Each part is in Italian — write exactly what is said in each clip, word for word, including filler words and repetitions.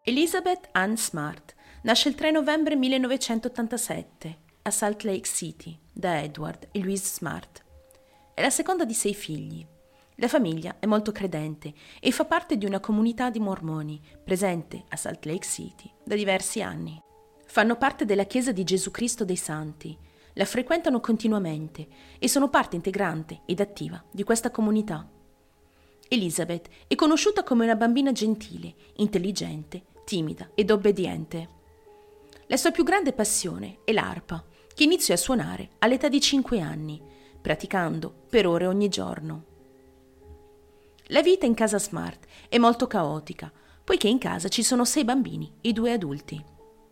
Elizabeth Ann Smart nasce il tre novembre millenovecentottantasette a Salt Lake City da Edward e Louise Smart. È la seconda di sei figli. La famiglia è molto credente e fa parte di una comunità di mormoni presente a Salt Lake City da diversi anni. Fanno parte della Chiesa di Gesù Cristo dei Santi, la frequentano continuamente e sono parte integrante ed attiva di questa comunità. Elizabeth è conosciuta come una bambina gentile, intelligente, timida ed obbediente. La sua più grande passione è l'arpa, che iniziò a suonare all'età di cinque anni, praticando per ore ogni giorno. La vita in casa Smart è molto caotica, poiché in casa ci sono sei bambini e due adulti.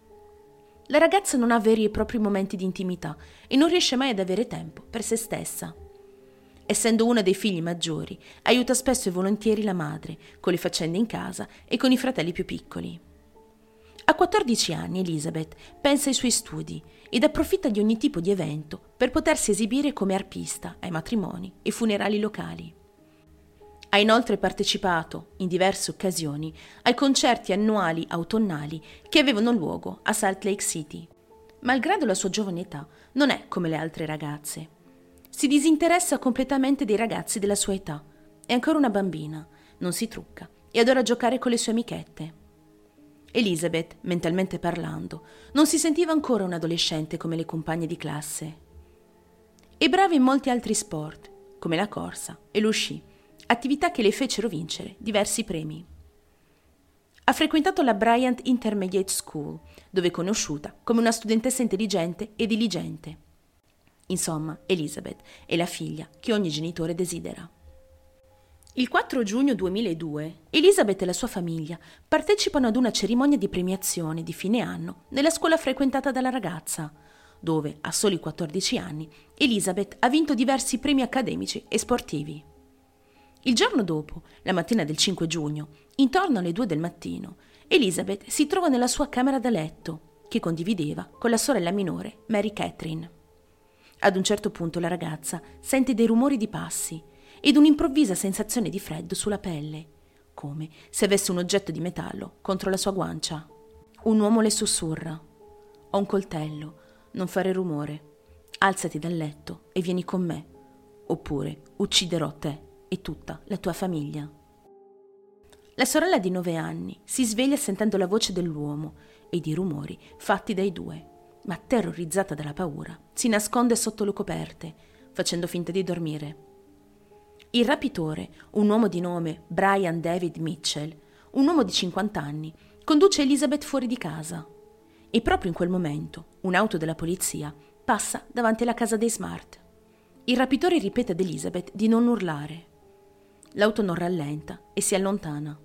La ragazza non ha veri e propri momenti di intimità e non riesce mai ad avere tempo per se stessa. Essendo una dei figli maggiori, aiuta spesso e volentieri la madre con le faccende in casa e con i fratelli più piccoli. A quattordici anni Elizabeth pensa ai suoi studi ed approfitta di ogni tipo di evento per potersi esibire come arpista ai matrimoni e funerali locali. Ha inoltre partecipato, in diverse occasioni, ai concerti annuali autunnali che avevano luogo a Salt Lake City. Malgrado la sua giovane età, non è come le altre ragazze. Si disinteressa completamente dei ragazzi della sua età. È ancora una bambina, non si trucca e adora giocare con le sue amichette. Elizabeth, mentalmente parlando, non si sentiva ancora un'adolescente come le compagne di classe. È brava in molti altri sport, come la corsa e lo sci, attività che le fecero vincere diversi premi. Ha frequentato la Bryant Intermediate School, dove è conosciuta come una studentessa intelligente e diligente. Insomma, Elizabeth è la figlia che ogni genitore desidera. Il quattro giugno duemiladue, Elizabeth e la sua famiglia partecipano ad una cerimonia di premiazione di fine anno nella scuola frequentata dalla ragazza, dove, a soli quattordici anni, Elizabeth ha vinto diversi premi accademici e sportivi. Il giorno dopo, la mattina del cinque giugno, intorno alle due del mattino, Elizabeth si trova nella sua camera da letto, che condivideva con la sorella minore, Mary Catherine. Ad un certo punto la ragazza sente dei rumori di passi ed un'improvvisa sensazione di freddo sulla pelle, come se avesse un oggetto di metallo contro la sua guancia. Un uomo le sussurra: «Ho un coltello, non fare rumore. Alzati dal letto e vieni con me, oppure ucciderò te e tutta la tua famiglia». La sorella di nove anni si sveglia sentendo la voce dell'uomo ed i rumori fatti dai due, ma terrorizzata dalla paura si nasconde sotto le coperte, facendo finta di dormire. Il rapitore, un uomo di nome Brian David Mitchell, un uomo di cinquanta anni, conduce Elizabeth fuori di casa. E proprio in quel momento un'auto della polizia passa davanti alla casa dei Smart. Il rapitore ripete ad Elizabeth di non urlare. L'auto non rallenta e si allontana.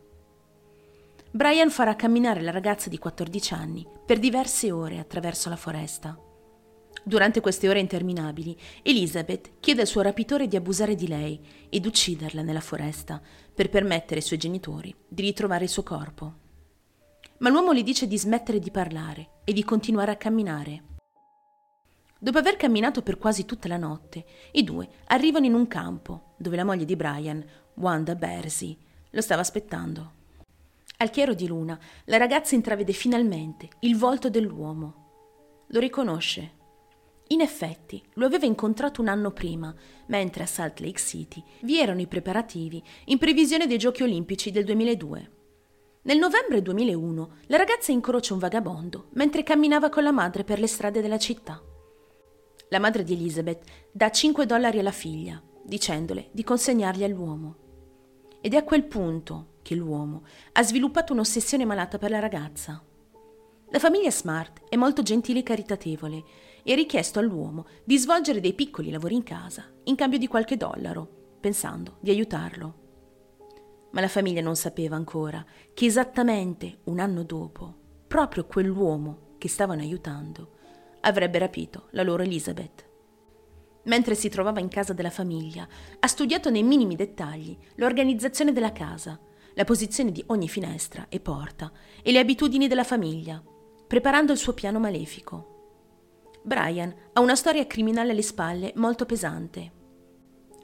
Brian farà camminare la ragazza di quattordici anni per diverse ore attraverso la foresta. Durante queste ore interminabili, Elizabeth chiede al suo rapitore di abusare di lei ed ucciderla nella foresta per permettere ai suoi genitori di ritrovare il suo corpo. Ma l'uomo le dice di smettere di parlare e di continuare a camminare. Dopo aver camminato per quasi tutta la notte, i due arrivano in un campo dove la moglie di Brian, Wanda Bersey, lo stava aspettando. Al chiaro di luna, la ragazza intravede finalmente il volto dell'uomo. Lo riconosce. In effetti, lo aveva incontrato un anno prima, mentre a Salt Lake City vi erano i preparativi in previsione dei Giochi Olimpici del duemiladue. Nel novembre duemilauno, la ragazza incrocia un vagabondo mentre camminava con la madre per le strade della città. La madre di Elizabeth dà cinque dollari alla figlia, dicendole di consegnarli all'uomo. Ed è a quel punto che l'uomo ha sviluppato un'ossessione malata per la ragazza. La famiglia Smart è molto gentile e caritatevole e ha richiesto all'uomo di svolgere dei piccoli lavori in casa in cambio di qualche dollaro, pensando di aiutarlo. Ma la famiglia non sapeva ancora che esattamente un anno dopo, proprio quell'uomo che stavano aiutando avrebbe rapito la loro Elizabeth. Mentre si trovava in casa della famiglia, ha studiato nei minimi dettagli l'organizzazione della casa, la posizione di ogni finestra e porta e le abitudini della famiglia, preparando il suo piano malefico. Brian ha una storia criminale alle spalle molto pesante.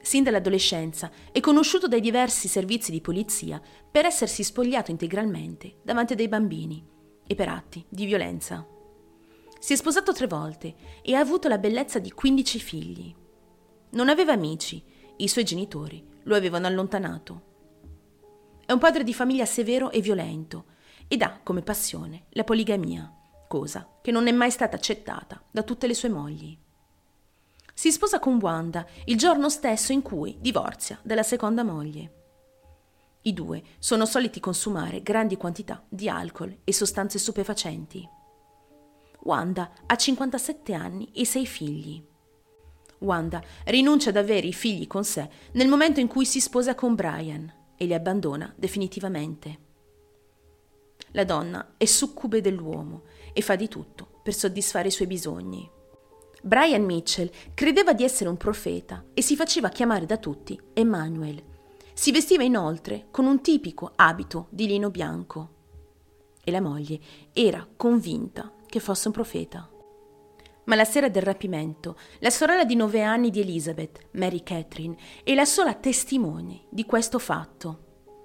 sin dall'adolescenza è conosciuto dai diversi servizi di polizia per essersi spogliato integralmente davanti a dei bambini e per atti di violenza. Si è sposato tre volte e ha avuto la bellezza di quindici figli. Non aveva amici, i suoi genitori lo avevano allontanato. È un padre di famiglia severo e violento ed ha come passione la poligamia, cosa che non è mai stata accettata da tutte le sue mogli. Si sposa con Wanda il giorno stesso in cui divorzia dalla seconda moglie. I due sono soliti consumare grandi quantità di alcol e sostanze stupefacenti. Wanda ha cinquantasette anni e sei figli. Wanda rinuncia ad avere i figli con sé nel momento in cui si sposa con Brian e li abbandona definitivamente. La donna è succube dell'uomo e fa di tutto per soddisfare i suoi bisogni. Brian Mitchell credeva di essere un profeta e si faceva chiamare da tutti Emmanuel. Si vestiva inoltre con un tipico abito di lino bianco. E la moglie era convinta che fosse un profeta. Ma la sera del rapimento, la sorella di nove anni di Elizabeth, Mary Catherine, è la sola testimone di questo fatto.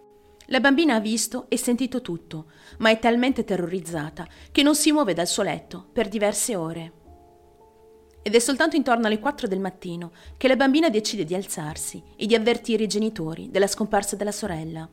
La bambina ha visto e sentito tutto, ma è talmente terrorizzata che non si muove dal suo letto per diverse ore. Ed è soltanto intorno alle quattro del mattino che la bambina decide di alzarsi e di avvertire i genitori della scomparsa della sorella.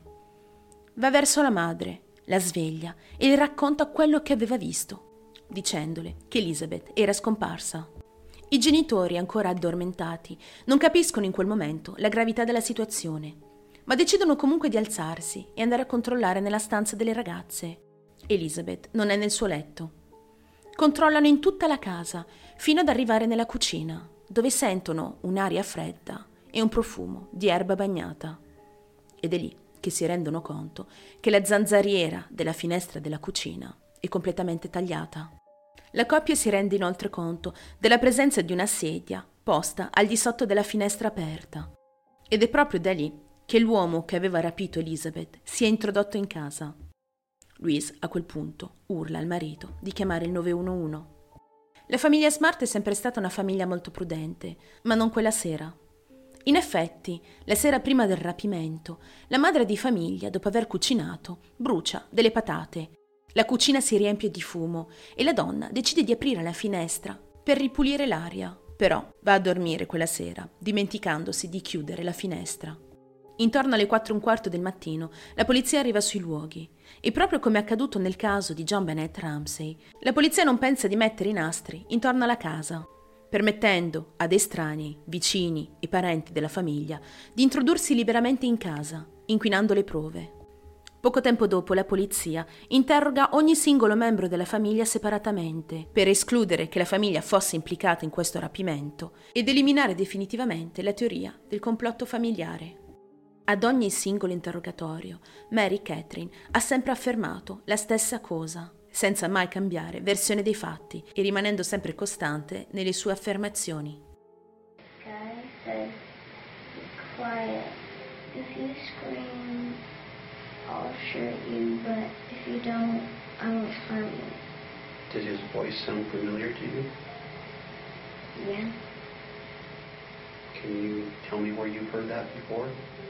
Va verso la madre, la sveglia e le racconta quello che aveva visto, dicendole che Elizabeth era scomparsa. I genitori, ancora addormentati, non capiscono in quel momento la gravità della situazione, ma decidono comunque di alzarsi e andare a controllare nella stanza delle ragazze. Elizabeth non è nel suo letto. Controllano in tutta la casa, fino ad arrivare nella cucina, dove sentono un'aria fredda e un profumo di erba bagnata. Ed è lì che si rendono conto che la zanzariera della finestra della cucina è completamente tagliata. La coppia si rende inoltre conto della presenza di una sedia posta al di sotto della finestra aperta. Ed è proprio da lì che l'uomo che aveva rapito Elizabeth si è introdotto in casa. Louise, a quel punto, urla al marito di chiamare il nove uno uno. La famiglia Smart è sempre stata una famiglia molto prudente, ma non quella sera. In effetti, la sera prima del rapimento, la madre di famiglia, dopo aver cucinato, brucia delle patate. La cucina si riempie di fumo e la donna decide di aprire la finestra per ripulire l'aria. Però va a dormire quella sera, dimenticandosi di chiudere la finestra. Intorno alle quattro e un quarto del mattino la polizia arriva sui luoghi e proprio come è accaduto nel caso di JonBenét Ramsey, la polizia non pensa di mettere i nastri intorno alla casa, permettendo ad estranei, vicini e parenti della famiglia di introdursi liberamente in casa, inquinando le prove. Poco tempo dopo la polizia interroga ogni singolo membro della famiglia separatamente per escludere che la famiglia fosse implicata in questo rapimento ed eliminare definitivamente la teoria del complotto familiare. Ad ogni singolo interrogatorio, Mary Catherine ha sempre affermato la stessa cosa, senza mai cambiare versione dei fatti e rimanendo sempre costante nelle sue affermazioni. Guy said, "Be quiet. If you scream, I'll shoot you, but if you don't, I won't harm you." Did his voice sound familiar to you? Yeah. Can you tell me where you've heard that before?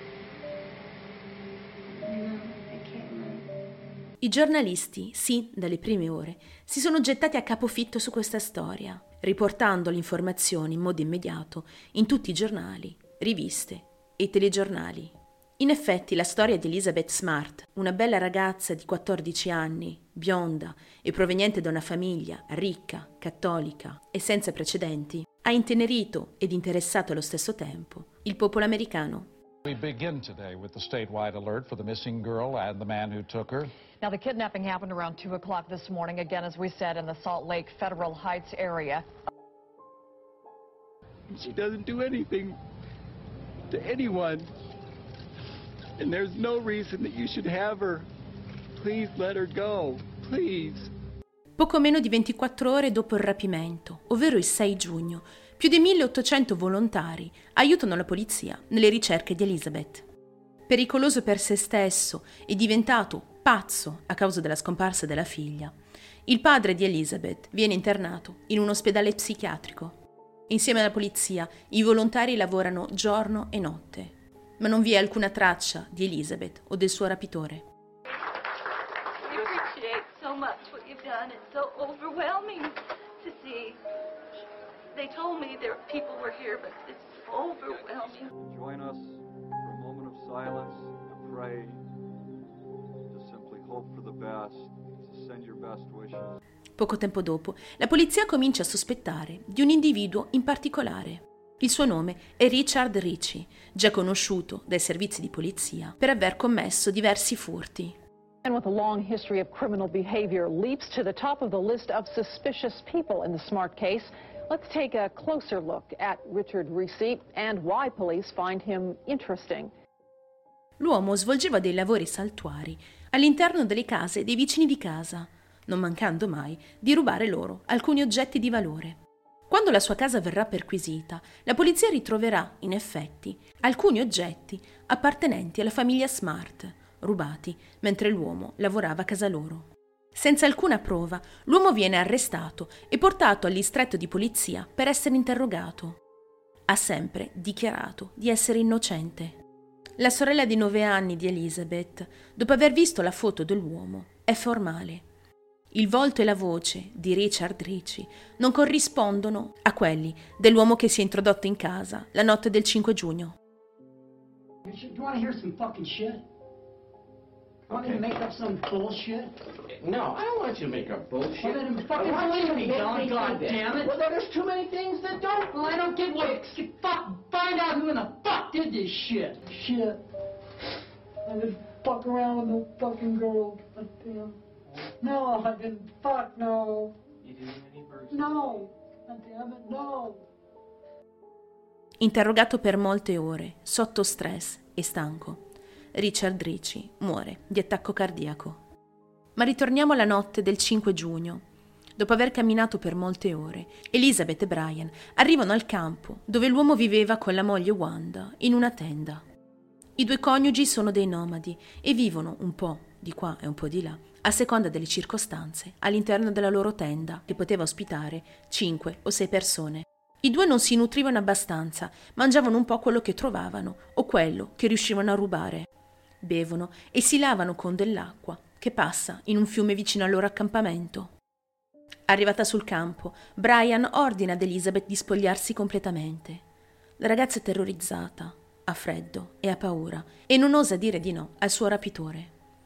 No, I can't remember. I giornalisti, sì, dalle prime ore, si sono gettati a capofitto su questa storia, riportando le informazioni in modo immediato in tutti i giornali, riviste e telegiornali. In effetti la storia di Elizabeth Smart, una bella ragazza di quattordici anni, bionda e proveniente da una famiglia ricca, cattolica e senza precedenti, ha intenerito ed interessato allo stesso tempo il popolo americano. We begin today with the statewide alert for the missing girl and the man who took her. Now, the kidnapping happened around two o'clock this morning, again, as we said, in the Salt Lake Federal Heights area. She doesn't do anything to anyone, and there's no reason that you should have her. Please let her go, please. Poco meno di ventiquattro ore dopo il rapimento, ovvero il sei giugno, più di milleottocento volontari aiutano la polizia nelle ricerche di Elizabeth. Pericoloso per se stesso e diventato pazzo a causa della scomparsa della figlia, il padre di Elizabeth viene internato in un ospedale psichiatrico. Insieme alla polizia, i volontari lavorano giorno e notte, ma non vi è alcuna traccia di Elizabeth o del suo rapitore. We appreciate so much what you've done. It's so overwhelming to see. They told me there people were here, but it's overwhelming. Join us for a moment of silence to pray, to simply hope for the best, to send your best wishes. Poco tempo dopo, la polizia comincia a sospettare di un individuo in particolare. Il suo nome è Richard Ritchie, già conosciuto dai servizi di polizia per aver commesso diversi furti. And with a long history of criminal behavior leaps to the top of the list of suspicious people in the Smart case. Let's take a closer look at Richard Ritchie and why police find him interesting. L'uomo svolgeva dei lavori saltuari all'interno delle case dei vicini di casa, non mancando mai di rubare loro alcuni oggetti di valore. Quando la sua casa verrà perquisita, la polizia ritroverà, in effetti, alcuni oggetti appartenenti alla famiglia Smart, rubati mentre l'uomo lavorava a casa loro. Senza alcuna prova, l'uomo viene arrestato e portato al distretto di polizia per essere interrogato. Ha sempre dichiarato di essere innocente. La sorella di nove anni di Elizabeth, dopo aver visto la foto dell'uomo, è formale. Il volto e la voce di Richard Ritchie non corrispondono a quelli dell'uomo che si è introdotto in casa la notte del cinque giugno. You want to hear some fucking shit? You want me to make up some bullshit? No, I don't want you to make up bullshit. Well, then fucking I want you to believe me, make God, me God damn it. Well, there's too many things that don't. Well, I don't give a fuck. Find out who in the fuck did this shit. Shit. I didn't fuck around with no fucking girl. God damn. No, I didn't fuck, no. You didn't any person? No. God damn it, no. Interrogato per molte ore, sotto stress e stanco, Richard Ritchie muore di attacco cardiaco. Ma ritorniamo alla notte del cinque giugno. Dopo aver camminato per molte ore, Elizabeth e Brian arrivano al campo dove l'uomo viveva con la moglie Wanda in una tenda. I due coniugi sono dei nomadi e vivono un po' di qua e un po' di là, a seconda delle circostanze, all'interno della loro tenda che poteva ospitare cinque o sei persone. I due non si nutrivano abbastanza, mangiavano un po' quello che trovavano o quello che riuscivano a rubare. Bevono e si lavano con dell'acqua che passa in un fiume vicino al loro accampamento. Arrivata sul campo, Brian ordina ad Elizabeth di spogliarsi completamente. La ragazza è terrorizzata, ha freddo e ha paura e non osa dire di no al suo rapitore.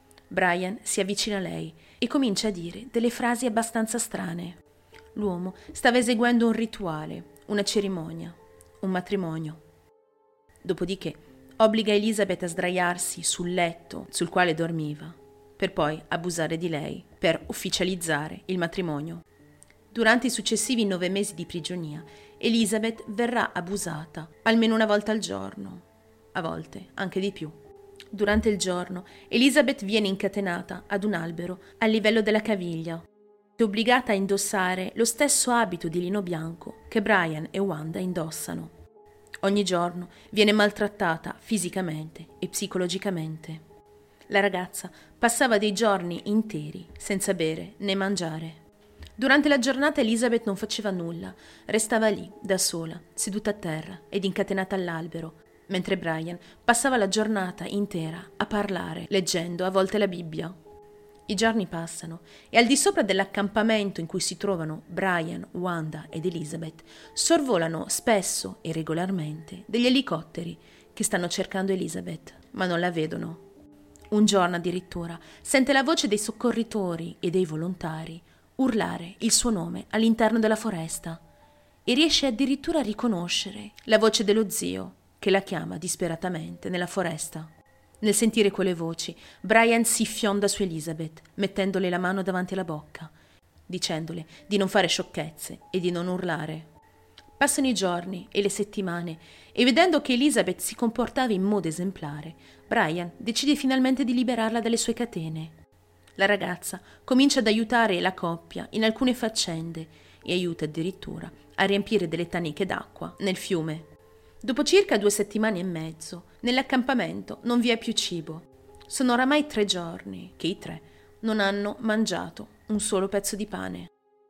Brian si avvicina a lei e comincia a dire delle frasi abbastanza strane. L'uomo stava eseguendo un rituale, una cerimonia, un matrimonio. Dopodiché obbliga Elizabeth a sdraiarsi sul letto sul quale dormiva, per poi abusare di lei per ufficializzare il matrimonio. Durante i successivi nove mesi di prigionia, Elizabeth verrà abusata almeno una volta al giorno, a volte anche di più. Durante il giorno, Elizabeth viene incatenata ad un albero a livello della caviglia. È obbligata a indossare lo stesso abito di lino bianco che Brian e Wanda indossano. Ogni giorno viene maltrattata fisicamente e psicologicamente. La ragazza passava dei giorni interi senza bere né mangiare. Durante la giornata Elizabeth non faceva nulla, restava lì, da sola, seduta a terra ed incatenata all'albero, mentre Brian passava la giornata intera a parlare, leggendo a volte la Bibbia. I giorni passano e al di sopra dell'accampamento in cui si trovano Brian, Wanda ed Elizabeth sorvolano spesso e regolarmente degli elicotteri che stanno cercando Elizabeth, ma non la vedono. Un giorno addirittura sente la voce dei soccorritori e dei volontari urlare il suo nome all'interno della foresta e riesce addirittura a riconoscere la voce dello zio che la chiama disperatamente nella foresta. Nel sentire quelle voci, Brian si fionda su Elizabeth, mettendole la mano davanti alla bocca, dicendole di non fare sciocchezze e di non urlare. Passano i giorni e le settimane e vedendo che Elizabeth si comportava in modo esemplare, Brian decide finalmente di liberarla dalle sue catene. La ragazza comincia ad aiutare la coppia in alcune faccende e aiuta addirittura a riempire delle taniche d'acqua nel fiume. Dopo circa due settimane e mezzo, nell'accampamento non vi è più cibo. Sono oramai tre giorni che i tre non hanno mangiato un solo pezzo di pane.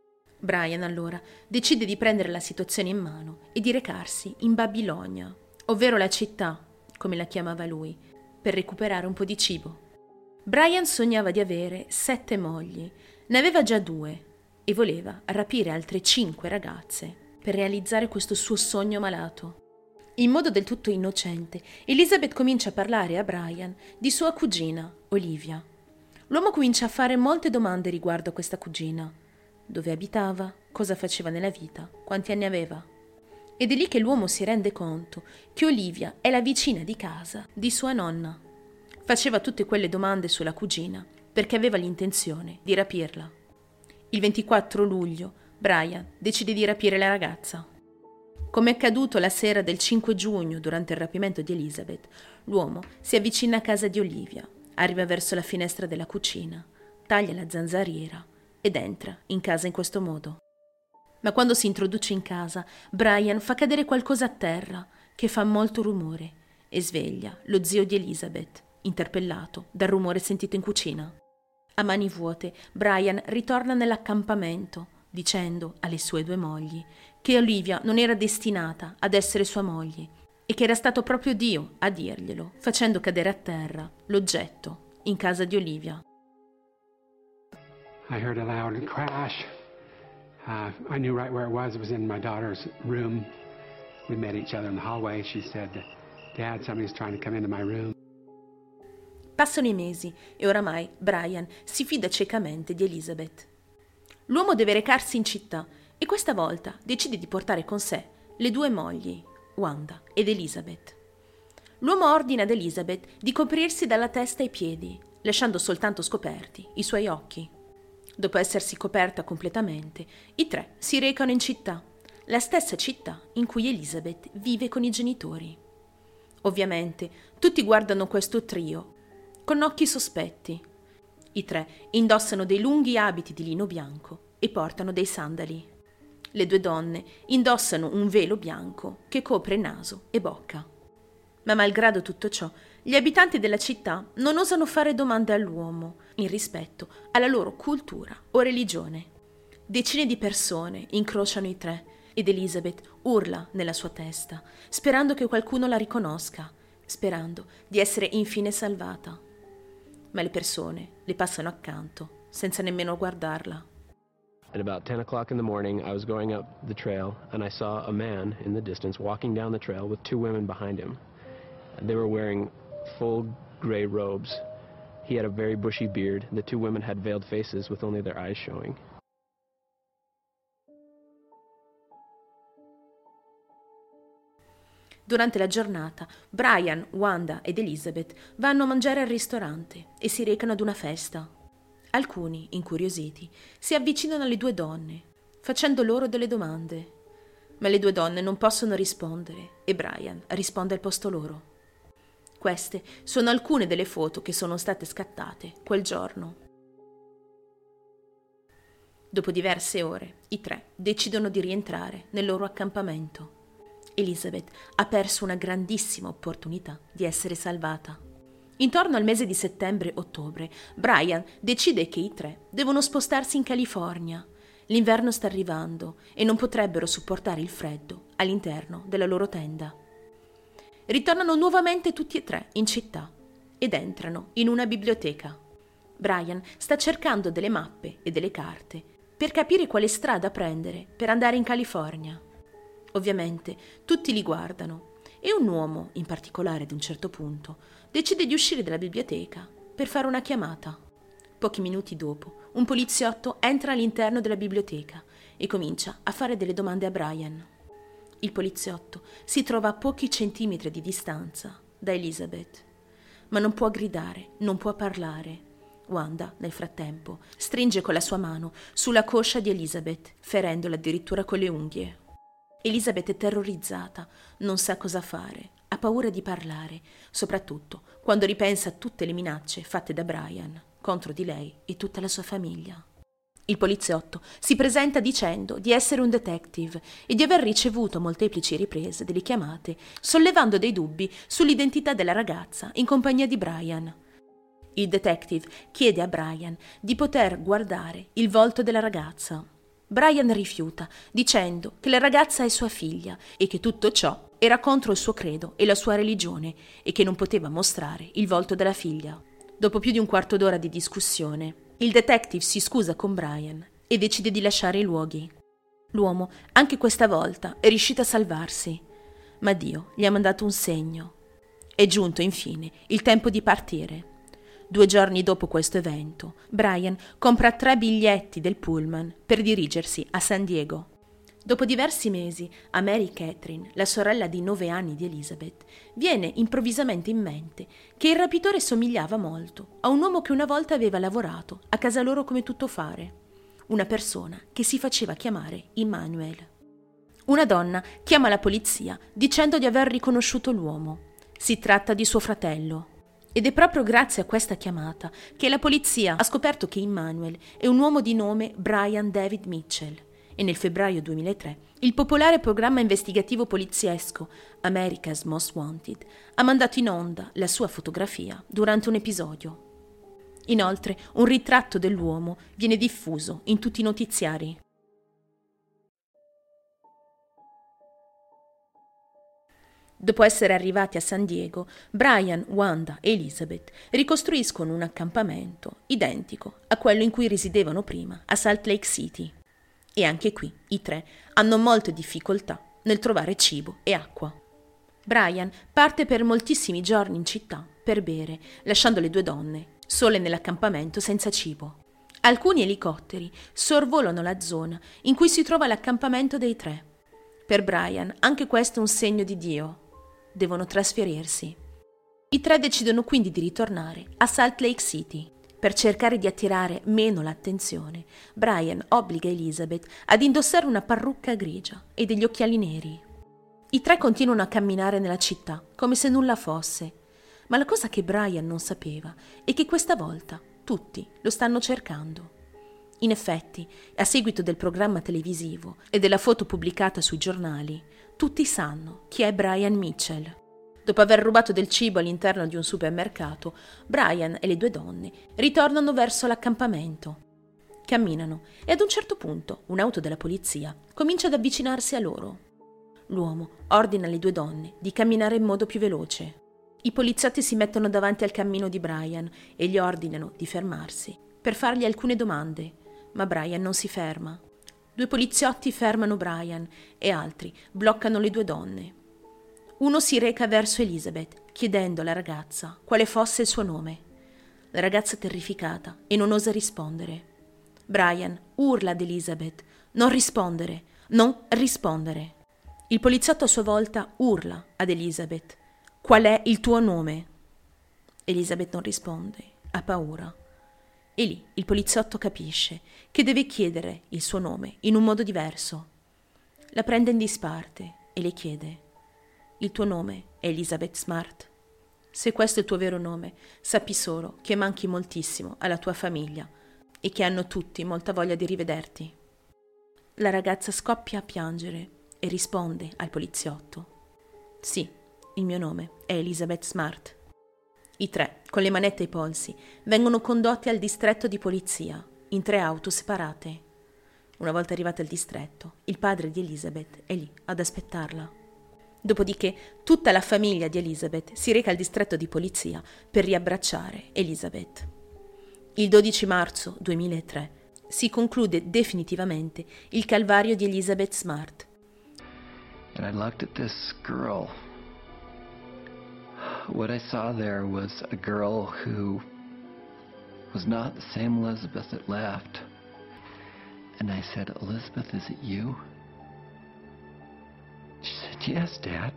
Brian, allora, decide di prendere la situazione in mano e di recarsi in Babilonia, ovvero la città, come la chiamava lui, per recuperare un po' di cibo. Brian sognava di avere sette mogli, ne aveva già due e voleva rapire altre cinque ragazze per realizzare questo suo sogno malato. In modo del tutto innocente, Elizabeth comincia a parlare a Brian di sua cugina, Olivia. L'uomo comincia a fare molte domande riguardo a questa cugina. Dove abitava, cosa faceva nella vita, quanti anni aveva. Ed è lì che l'uomo si rende conto che Olivia è la vicina di casa di sua nonna. Faceva tutte quelle domande sulla cugina perché aveva l'intenzione di rapirla. Il ventiquattro luglio Brian decide di rapire la ragazza. Come è accaduto la sera del cinque giugno durante il rapimento di Elizabeth, l'uomo si avvicina a casa di Olivia, arriva verso la finestra della cucina, taglia la zanzariera ed entra in casa in questo modo. Ma quando si introduce in casa, Brian fa cadere qualcosa a terra che fa molto rumore e sveglia lo zio di Elizabeth, interpellato dal rumore sentito in cucina. A mani vuote, Brian ritorna nell'accampamento, dicendo alle sue due mogli che Olivia non era destinata ad essere sua moglie e che era stato proprio Dio a dirglielo, facendo cadere a terra l'oggetto in casa di Olivia. I heard a loud crash. Uh, I knew right where it was. It was in my daughter's room. We met each other in the hallway. She said, "Dad, somebody's trying to come into my room." Passano i mesi e oramai Brian si fida ciecamente di Elizabeth. L'uomo deve recarsi in città e questa volta decide di portare con sé le due mogli, Wanda ed Elizabeth. L'uomo ordina ad Elizabeth di coprirsi dalla testa ai piedi, lasciando soltanto scoperti i suoi occhi. Dopo essersi coperta completamente, i tre si recano in città, la stessa città in cui Elizabeth vive con i genitori. Ovviamente tutti guardano questo trio con occhi sospetti. I tre indossano dei lunghi abiti di lino bianco e portano dei sandali. Le due donne indossano un velo bianco che copre naso e bocca. Ma malgrado tutto ciò, gli abitanti della città non osano fare domande all'uomo in rispetto alla loro cultura o religione. Decine di persone incrociano i tre ed Elizabeth urla nella sua testa, sperando che qualcuno la riconosca, sperando di essere infine salvata. Ma le persone le passano accanto, senza nemmeno guardarla. At about ten o'clock in the morning, I was going up the trail, and I saw a man in the distance walking down the trail with two women behind him. They were wearing full gray robes. He had a very bushy beard. The two women had veiled faces with only their eyes showing. Durante la giornata, Brian, Wanda ed Elizabeth vanno a mangiare al ristorante e si recano ad una festa. Alcuni, incuriositi, si avvicinano alle due donne, facendo loro delle domande. Ma le due donne non possono rispondere e Brian risponde al posto loro. Queste sono alcune delle foto che sono state scattate quel giorno. Dopo diverse ore, i tre decidono di rientrare nel loro accampamento. Elizabeth ha perso una grandissima opportunità di essere salvata. Intorno al mese di settembre-ottobre, Brian decide che i tre devono spostarsi in California. L'inverno sta arrivando e non potrebbero sopportare il freddo all'interno della loro tenda. Ritornano nuovamente tutti e tre in città ed entrano in una biblioteca. Brian sta cercando delle mappe e delle carte per capire quale strada prendere per andare in California. Ovviamente tutti li guardano e un uomo, in particolare ad un certo punto, decide di uscire dalla biblioteca per fare una chiamata. Pochi minuti dopo, un poliziotto entra all'interno della biblioteca e comincia a fare delle domande a Brian. Il poliziotto si trova a pochi centimetri di distanza da Elizabeth, ma non può gridare, non può parlare. Wanda, nel frattempo, stringe con la sua mano sulla coscia di Elizabeth, ferendola addirittura con le unghie. Elizabeth è terrorizzata, non sa cosa fare, ha paura di parlare, soprattutto quando ripensa a tutte le minacce fatte da Brian contro di lei e tutta la sua famiglia. Il poliziotto si presenta dicendo di essere un detective e di aver ricevuto molteplici riprese delle chiamate, sollevando dei dubbi sull'identità della ragazza in compagnia di Brian. Il detective chiede a Brian di poter guardare il volto della ragazza. Brian rifiuta, dicendo che la ragazza è sua figlia e che tutto ciò era contro il suo credo e la sua religione e che non poteva mostrare il volto della figlia. Dopo più di un quarto d'ora di discussione, il detective si scusa con Brian e decide di lasciare i luoghi. L'uomo, anche questa volta, è riuscito a salvarsi, ma Dio gli ha mandato un segno. È giunto, infine, il tempo di partire. Due giorni dopo questo evento, Brian compra tre biglietti del pullman per dirigersi a San Diego. Dopo diversi mesi, a Mary Catherine, la sorella di nove anni di Elizabeth, viene improvvisamente in mente che il rapitore somigliava molto a un uomo che una volta aveva lavorato a casa loro come tuttofare, una persona che si faceva chiamare Emmanuel. Una donna chiama la polizia dicendo di aver riconosciuto l'uomo. Si tratta di suo fratello. Ed è proprio grazie a questa chiamata che la polizia ha scoperto che Emmanuel è un uomo di nome Brian David Mitchell e nel febbraio duemilatré il popolare programma investigativo poliziesco America's Most Wanted ha mandato in onda la sua fotografia durante un episodio. Inoltre un ritratto dell'uomo viene diffuso in tutti i notiziari. Dopo essere arrivati a San Diego, Brian, Wanda e Elizabeth ricostruiscono un accampamento identico a quello in cui residevano prima a Salt Lake City. E anche qui i tre hanno molte difficoltà nel trovare cibo e acqua. Brian parte per moltissimi giorni in città per bere, lasciando le due donne sole nell'accampamento senza cibo. Alcuni elicotteri sorvolano la zona in cui si trova l'accampamento dei tre. Per Brian anche questo è un segno di Dio. Devono trasferirsi. I tre decidono quindi di ritornare a Salt Lake City. Per cercare di attirare meno l'attenzione, Brian obbliga Elizabeth ad indossare una parrucca grigia e degli occhiali neri. I tre continuano a camminare nella città come se nulla fosse, ma la cosa che Brian non sapeva è che questa volta tutti lo stanno cercando. In effetti, a seguito del programma televisivo e della foto pubblicata sui giornali, tutti sanno chi è Brian Mitchell. Dopo aver rubato del cibo all'interno di un supermercato, Brian e le due donne ritornano verso l'accampamento. Camminano e ad un certo punto un'auto della polizia comincia ad avvicinarsi a loro. L'uomo ordina alle due donne di camminare in modo più veloce. I poliziotti si mettono davanti al cammino di Brian e gli ordinano di fermarsi per fargli alcune domande, ma Brian non si ferma. Due poliziotti fermano Brian e altri bloccano le due donne. Uno si reca verso Elizabeth, chiedendo alla ragazza quale fosse il suo nome. La ragazza è terrificata e non osa rispondere. Brian urla ad Elizabeth: non rispondere, non rispondere. Il poliziotto a sua volta urla ad Elizabeth: qual è il tuo nome? Elizabeth non risponde, ha paura. E lì il poliziotto capisce che deve chiedere il suo nome in un modo diverso. La prende in disparte e le chiede: il tuo nome è Elizabeth Smart? Se questo è il tuo vero nome, sappi solo che manchi moltissimo alla tua famiglia e che hanno tutti molta voglia di rivederti. La ragazza scoppia a piangere e risponde al poliziotto: sì, il mio nome è Elizabeth Smart. I tre, con le manette ai polsi, vengono condotti al distretto di polizia, in tre auto separate. Una volta arrivati al distretto, il padre di Elizabeth è lì ad aspettarla. Dopodiché tutta la famiglia di Elizabeth si reca al distretto di polizia per riabbracciare Elizabeth. Il dodici marzo duemilatré si conclude definitivamente il calvario di Elizabeth Smart. And I looked at this girl. What I saw there was a girl who was not the same Elizabeth that left. And I said, Elizabeth, is it you? She said, yes, Dad.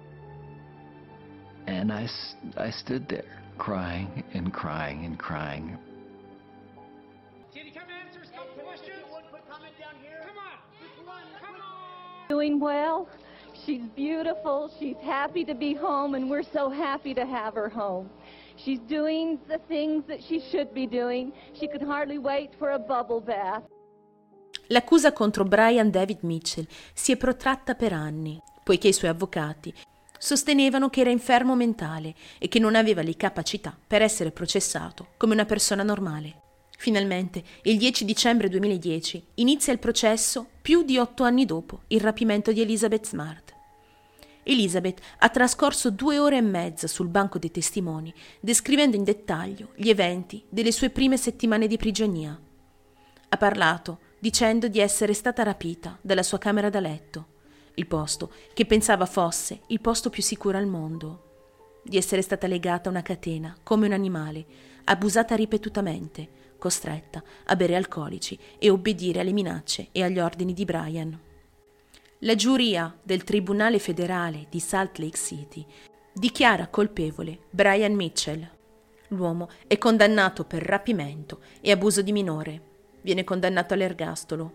And I, I stood there crying and crying and crying. Can you come answer some questions? One quick comment down here. Come on. Just one. Come on. Doing well. She's beautiful. She's happy to be home, and we're so happy to have her home. She's doing the things that she should be doing. She could hardly wait for a bubble bath. L'accusa contro Brian David Mitchell si è protratta per anni, poiché i suoi avvocati sostenevano che era infermo mentale e che non aveva le capacità per essere processato come una persona normale. Finalmente, il dieci dicembre duemiladieci, inizia il processo più di otto anni dopo il rapimento di Elizabeth Smart. Elizabeth ha trascorso due ore e mezza sul banco dei testimoni, descrivendo in dettaglio gli eventi delle sue prime settimane di prigionia. Ha parlato dicendo di essere stata rapita dalla sua camera da letto, il posto che pensava fosse il posto più sicuro al mondo, di essere stata legata a una catena come un animale, abusata ripetutamente, costretta a bere alcolici e obbedire alle minacce e agli ordini di Brian. La giuria del Tribunale federale di Salt Lake City dichiara colpevole Brian Mitchell. L'uomo è condannato per rapimento e abuso di minore. Viene condannato all'ergastolo.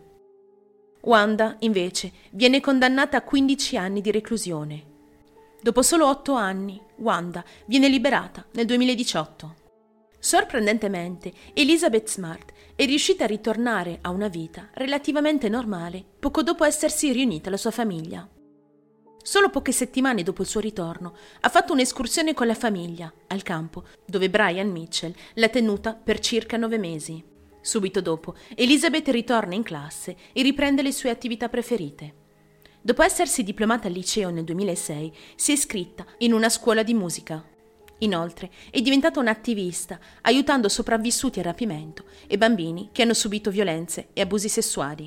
Wanda, invece, viene condannata a quindici anni di reclusione. Dopo solo otto anni, Wanda viene liberata nel duemiladiciotto. Sorprendentemente, Elizabeth Smart è riuscita a ritornare a una vita relativamente normale poco dopo essersi riunita alla sua famiglia. Solo poche settimane dopo il suo ritorno ha fatto un'escursione con la famiglia al campo, dove Brian Mitchell l'ha tenuta per circa nove mesi. Subito dopo, Elizabeth ritorna in classe e riprende le sue attività preferite. Dopo essersi diplomata al liceo nel duemilasei, si è iscritta in una scuola di musica. Inoltre, è diventata un'attivista, aiutando sopravvissuti al rapimento e bambini che hanno subito violenze e abusi sessuali.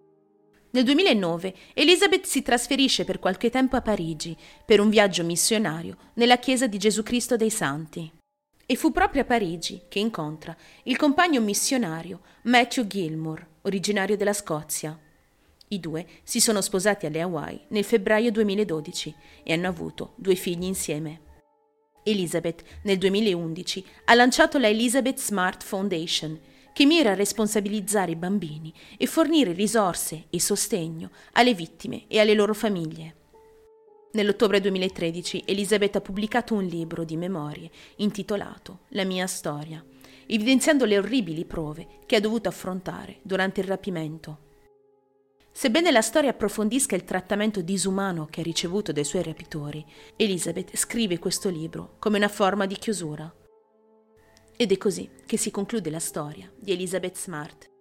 Nel duemilanove, Elizabeth si trasferisce per qualche tempo a Parigi per un viaggio missionario nella Chiesa di Gesù Cristo dei Santi. E fu proprio a Parigi che incontra il compagno missionario Matthew Gilmour, originario della Scozia. I due si sono sposati alle Hawaii nel febbraio duemiladodici e hanno avuto due figli insieme. Elizabeth, nel duemilaundici, ha lanciato la Elizabeth Smart Foundation, che mira a responsabilizzare i bambini e fornire risorse e sostegno alle vittime e alle loro famiglie. Nell'ottobre duemilatredici, Elizabeth ha pubblicato un libro di memorie intitolato La mia storia, evidenziando le orribili prove che ha dovuto affrontare durante il rapimento. Sebbene la storia approfondisca il trattamento disumano che ha ricevuto dai suoi rapitori, Elizabeth scrive questo libro come una forma di chiusura. Ed è così che si conclude la storia di Elizabeth Smart.